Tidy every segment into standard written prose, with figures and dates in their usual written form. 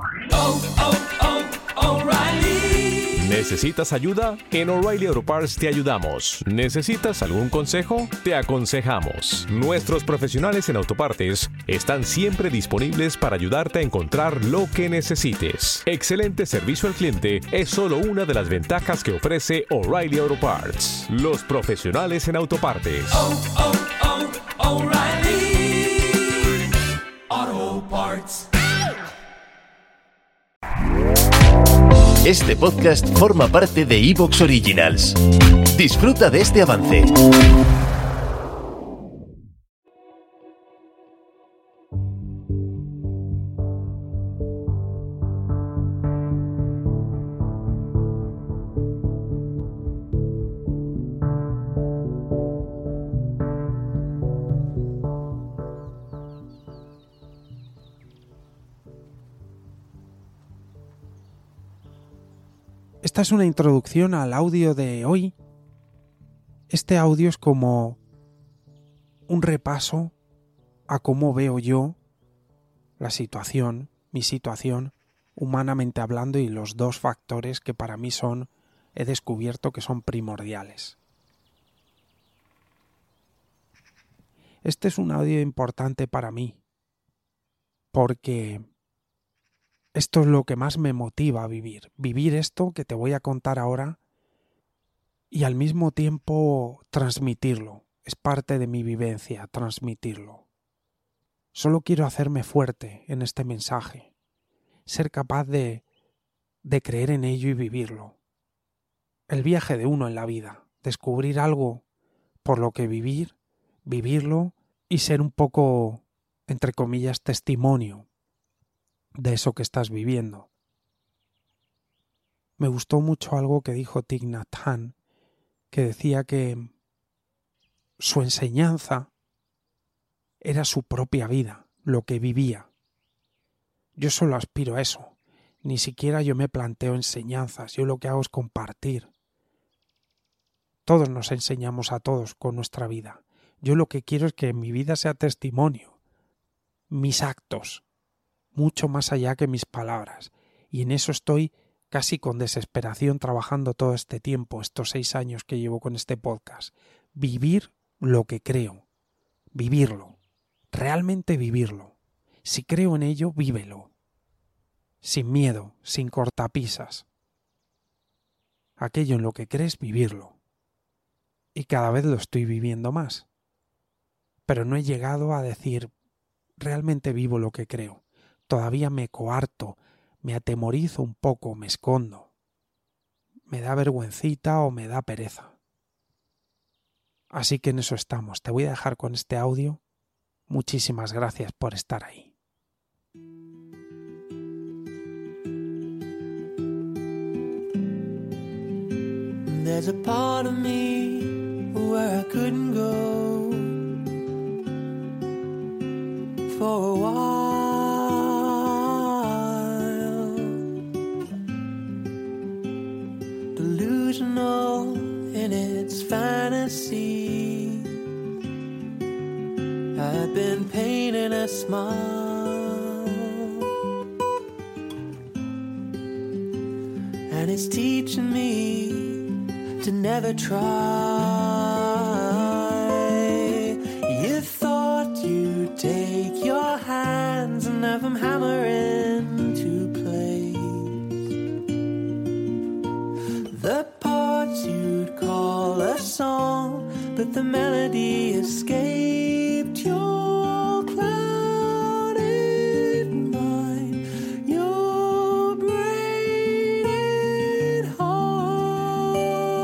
O'Reilly. ¿Necesitas ayuda? En O'Reilly Auto Parts te ayudamos. ¿Necesitas algún consejo? Te aconsejamos. Nuestros profesionales en autopartes están siempre disponibles para ayudarte a encontrar lo que necesites. Excelente servicio al cliente es solo una de las ventajas que ofrece O'Reilly Auto Parts. Los profesionales en autopartes. O'Reilly Auto Parts. Este podcast forma parte de Evox Originals. Disfruta de este avance. Esta es una introducción al audio de hoy. Este audio es como un repaso a cómo veo yo la situación, mi situación, humanamente hablando, y los dos factores que para mí he descubierto que son primordiales. Este es un audio importante para mí, porque esto es lo que más me motiva a vivir. Vivir esto que te voy a contar ahora y al mismo tiempo transmitirlo. Es parte de mi vivencia, transmitirlo. Solo quiero hacerme fuerte en este mensaje. Ser capaz de creer en ello y vivirlo. El viaje de uno en la vida. Descubrir algo por lo que vivir, vivirlo y ser un poco, entre comillas, testimonio de eso que estás viviendo. Me gustó mucho algo que dijo Thich Nhat Hanh, que decía que su enseñanza era su propia vida, lo que vivía. Yo solo aspiro a eso. Ni siquiera yo me planteo enseñanzas. Yo lo que hago es compartir. Todos nos enseñamos a todos con nuestra vida. Yo lo que quiero es que mi vida sea testimonio. Mis actos, mucho más allá que mis palabras. Y en eso estoy casi con desesperación trabajando todo este tiempo, estos 6 años que llevo con este podcast. Vivir lo que creo. Vivirlo. Realmente vivirlo. Si creo en ello, vívelo. Sin miedo, sin cortapisas. Aquello en lo que crees, vivirlo. Y cada vez lo estoy viviendo más. Pero no he llegado a decir, realmente vivo lo que creo. Todavía me coarto, me atemorizo un poco, me escondo. Me da vergüencita o me da pereza. Así que en eso estamos. Te voy a dejar con este audio. Muchísimas gracias por estar ahí. There's a part of me where I couldn't go for a while. Delusional in its fantasy. I've been painting a smile, and it's teaching me to never try. You thought you'd take your hands and have them hammer into place the parts you'd call a song, but the melody escaped your clouded mind, your braided heart.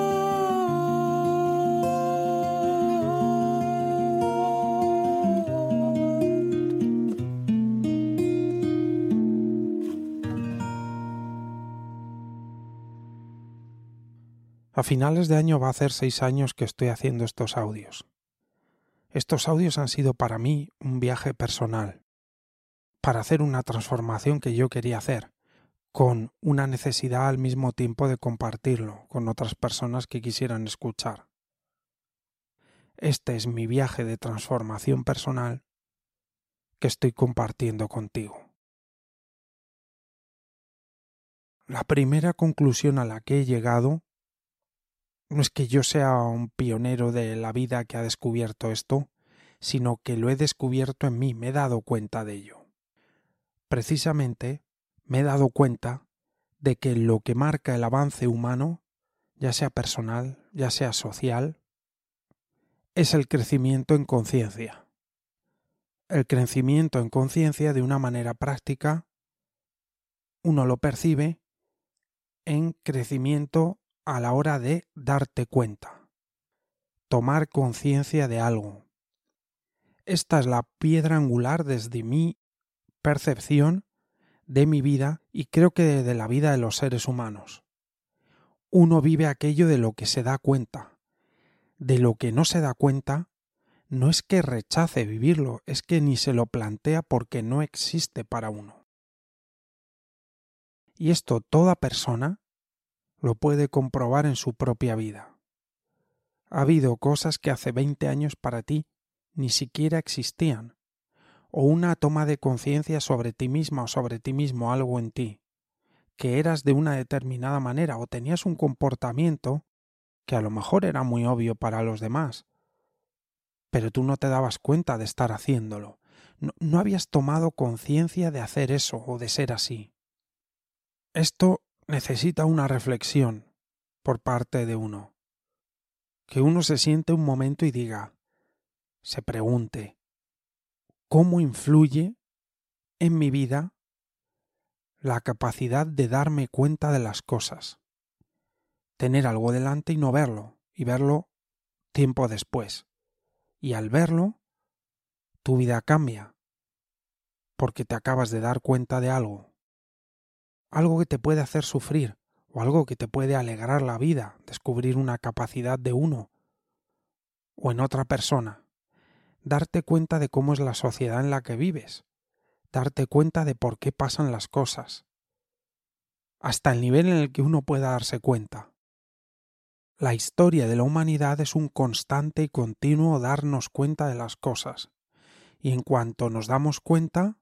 A finales de año va a hacer 6 años que estoy haciendo estos audios. Estos audios han sido para mí un viaje personal, para hacer una transformación que yo quería hacer, con una necesidad al mismo tiempo de compartirlo con otras personas que quisieran escuchar. Este es mi viaje de transformación personal que estoy compartiendo contigo. La primera conclusión a la que he llegado no es que yo sea un pionero de la vida que ha descubierto esto, sino que lo he descubierto en mí, me he dado cuenta de ello. Precisamente me he dado cuenta de que lo que marca el avance humano, ya sea personal, ya sea social, es el crecimiento en conciencia. El crecimiento en conciencia de una manera práctica, uno lo percibe en crecimiento a la hora de darte cuenta, tomar conciencia de algo. Esta es la piedra angular desde mi percepción de mi vida y creo que de la vida de los seres humanos. Uno vive aquello de lo que se da cuenta. De lo que no se da cuenta, no es que rechace vivirlo, es que ni se lo plantea porque no existe para uno. Y esto toda persona lo puede comprobar en su propia vida. Ha habido cosas que hace 20 años para ti ni siquiera existían, o una toma de conciencia sobre ti misma o sobre ti mismo, algo en ti, que eras de una determinada manera o tenías un comportamiento que a lo mejor era muy obvio para los demás, pero tú no te dabas cuenta de estar haciéndolo. No habías tomado conciencia de hacer eso o de ser así. Esto necesita una reflexión por parte de uno. Que uno se siente un momento y diga, se pregunte, ¿cómo influye en mi vida la capacidad de darme cuenta de las cosas? Tener algo delante y no verlo, y verlo tiempo después. Y al verlo, tu vida cambia, porque te acabas de dar cuenta de algo. Algo que te puede hacer sufrir, o algo que te puede alegrar la vida, descubrir una capacidad de uno, o en otra persona. Darte cuenta de cómo es la sociedad en la que vives, darte cuenta de por qué pasan las cosas, hasta el nivel en el que uno pueda darse cuenta. La historia de la humanidad es un constante y continuo darnos cuenta de las cosas, y en cuanto nos damos cuenta,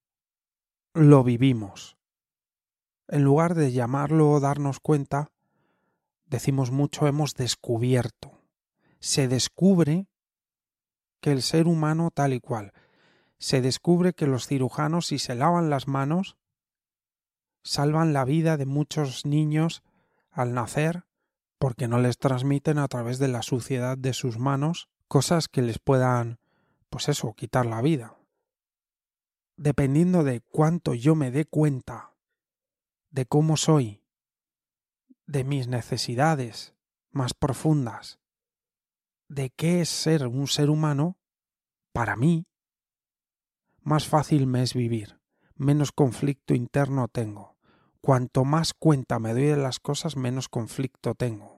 lo vivimos. En lugar de llamarlo darnos cuenta, decimos mucho hemos descubierto. Se descubre que el ser humano tal y cual. Se descubre que los cirujanos, si se lavan las manos, salvan la vida de muchos niños al nacer porque no les transmiten a través de la suciedad de sus manos cosas que les puedan, quitar la vida. Dependiendo de cuánto yo me dé cuenta de cómo soy, de mis necesidades más profundas, de qué es ser un ser humano, para mí, más fácil me es vivir, menos conflicto interno tengo. Cuanto más cuenta me doy de las cosas, menos conflicto tengo.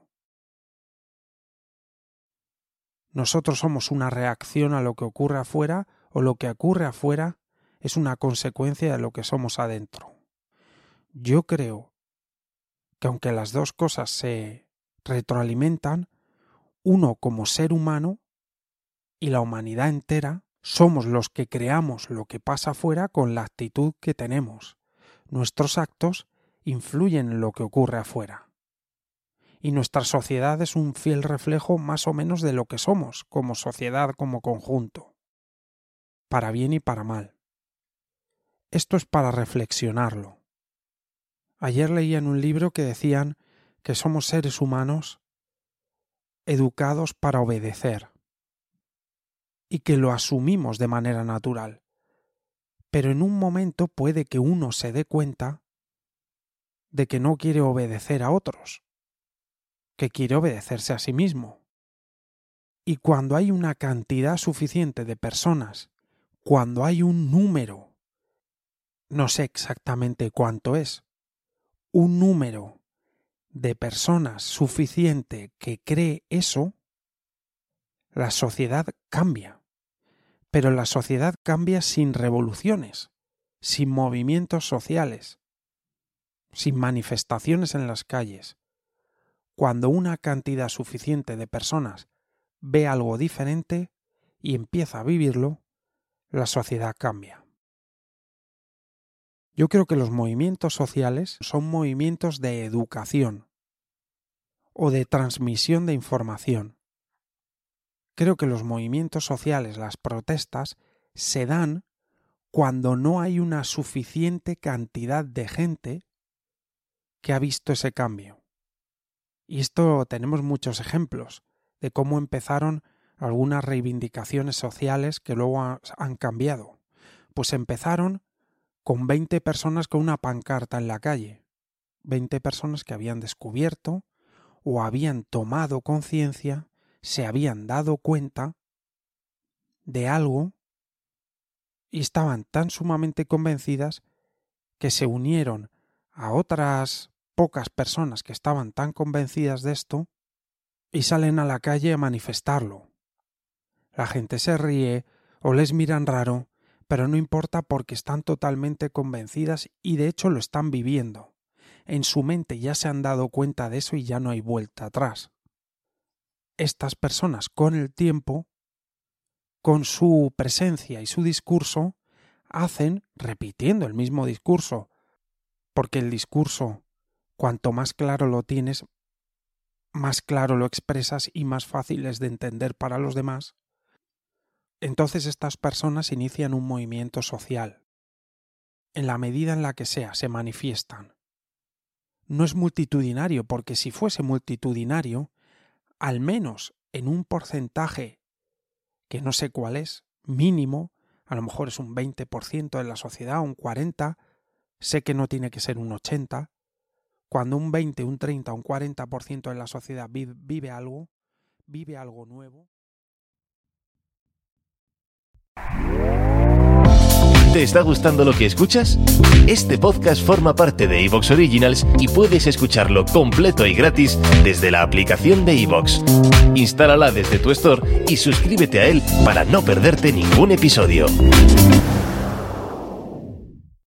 Nosotros somos una reacción a lo que ocurre afuera, o lo que ocurre afuera es una consecuencia de lo que somos adentro. Yo creo que aunque las dos cosas se retroalimentan, uno como ser humano y la humanidad entera somos los que creamos lo que pasa afuera con la actitud que tenemos. Nuestros actos influyen en lo que ocurre afuera. Y nuestra sociedad es un fiel reflejo más o menos de lo que somos como sociedad, como conjunto, para bien y para mal. Esto es para reflexionarlo. Ayer leía en un libro que decían que somos seres humanos educados para obedecer y que lo asumimos de manera natural. Pero en un momento puede que uno se dé cuenta de que no quiere obedecer a otros, que quiere obedecerse a sí mismo. Y cuando hay una cantidad suficiente de personas, cuando hay un número, no sé exactamente cuánto es, un número de personas suficiente que cree eso, la sociedad cambia. Pero la sociedad cambia sin revoluciones, sin movimientos sociales, sin manifestaciones en las calles. Cuando una cantidad suficiente de personas ve algo diferente y empieza a vivirlo, la sociedad cambia. Yo creo que los movimientos sociales son movimientos de educación o de transmisión de información. Creo que los movimientos sociales, las protestas, se dan cuando no hay una suficiente cantidad de gente que ha visto ese cambio. Y esto tenemos muchos ejemplos de cómo empezaron algunas reivindicaciones sociales que luego han cambiado. Pues empezaron con 20 personas con una pancarta en la calle. 20 personas que habían descubierto o habían tomado conciencia, se habían dado cuenta de algo y estaban tan sumamente convencidas que se unieron a otras pocas personas que estaban tan convencidas de esto y salen a la calle a manifestarlo. La gente se ríe o les miran raro, pero no importa porque están totalmente convencidas y de hecho lo están viviendo. En su mente ya se han dado cuenta de eso y ya no hay vuelta atrás. Estas personas con el tiempo, con su presencia y su discurso, hacen, repitiendo el mismo discurso, porque el discurso, cuanto más claro lo tienes, más claro lo expresas y más fácil es de entender para los demás. Entonces estas personas inician un movimiento social. En la medida en la que sea, se manifiestan. No es multitudinario, porque si fuese multitudinario, al menos en un porcentaje que no sé cuál es, mínimo, a lo mejor es un 20% de la sociedad, un 40%, sé que no tiene que ser un 80%, cuando un 20, un 30, un 40% de la sociedad vive algo nuevo. ¿Te está gustando lo que escuchas? Este podcast forma parte de iVoox Originals y puedes escucharlo completo y gratis desde la aplicación de iVoox. Instálala desde tu store y suscríbete a él para no perderte ningún episodio.